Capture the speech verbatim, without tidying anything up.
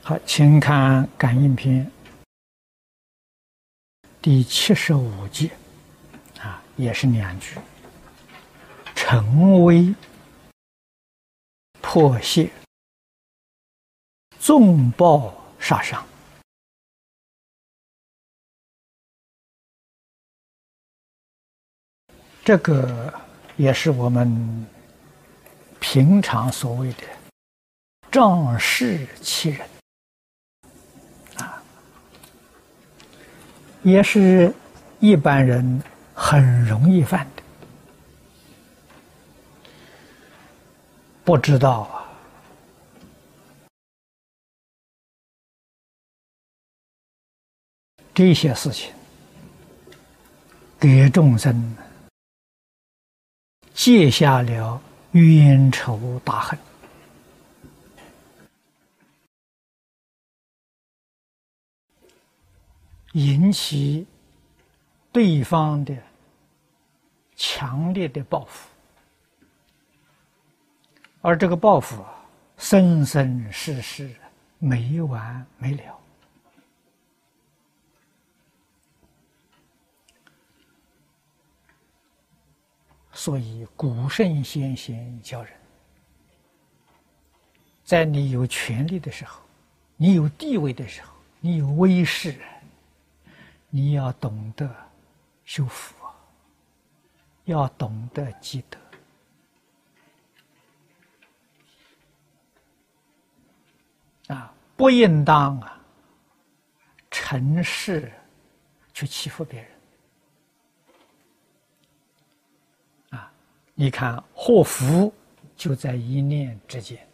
好，请看《感应篇》第七十五节，啊，也是两句：成威破泄，纵暴杀伤。这个也是我们平常所谓的仗势欺人。也是一般人很容易犯的，不知道啊，这些事情给众生结下了冤仇大恨，引起对方的强烈的报复，而这个报复啊，生生世世没完没了。所以古圣先贤教人，在你有权力的时候，你有地位的时候，你有威势，你要懂得修福啊，要懂得积德啊，不应当啊趁势去欺负别人啊！你看祸福就在一念之间。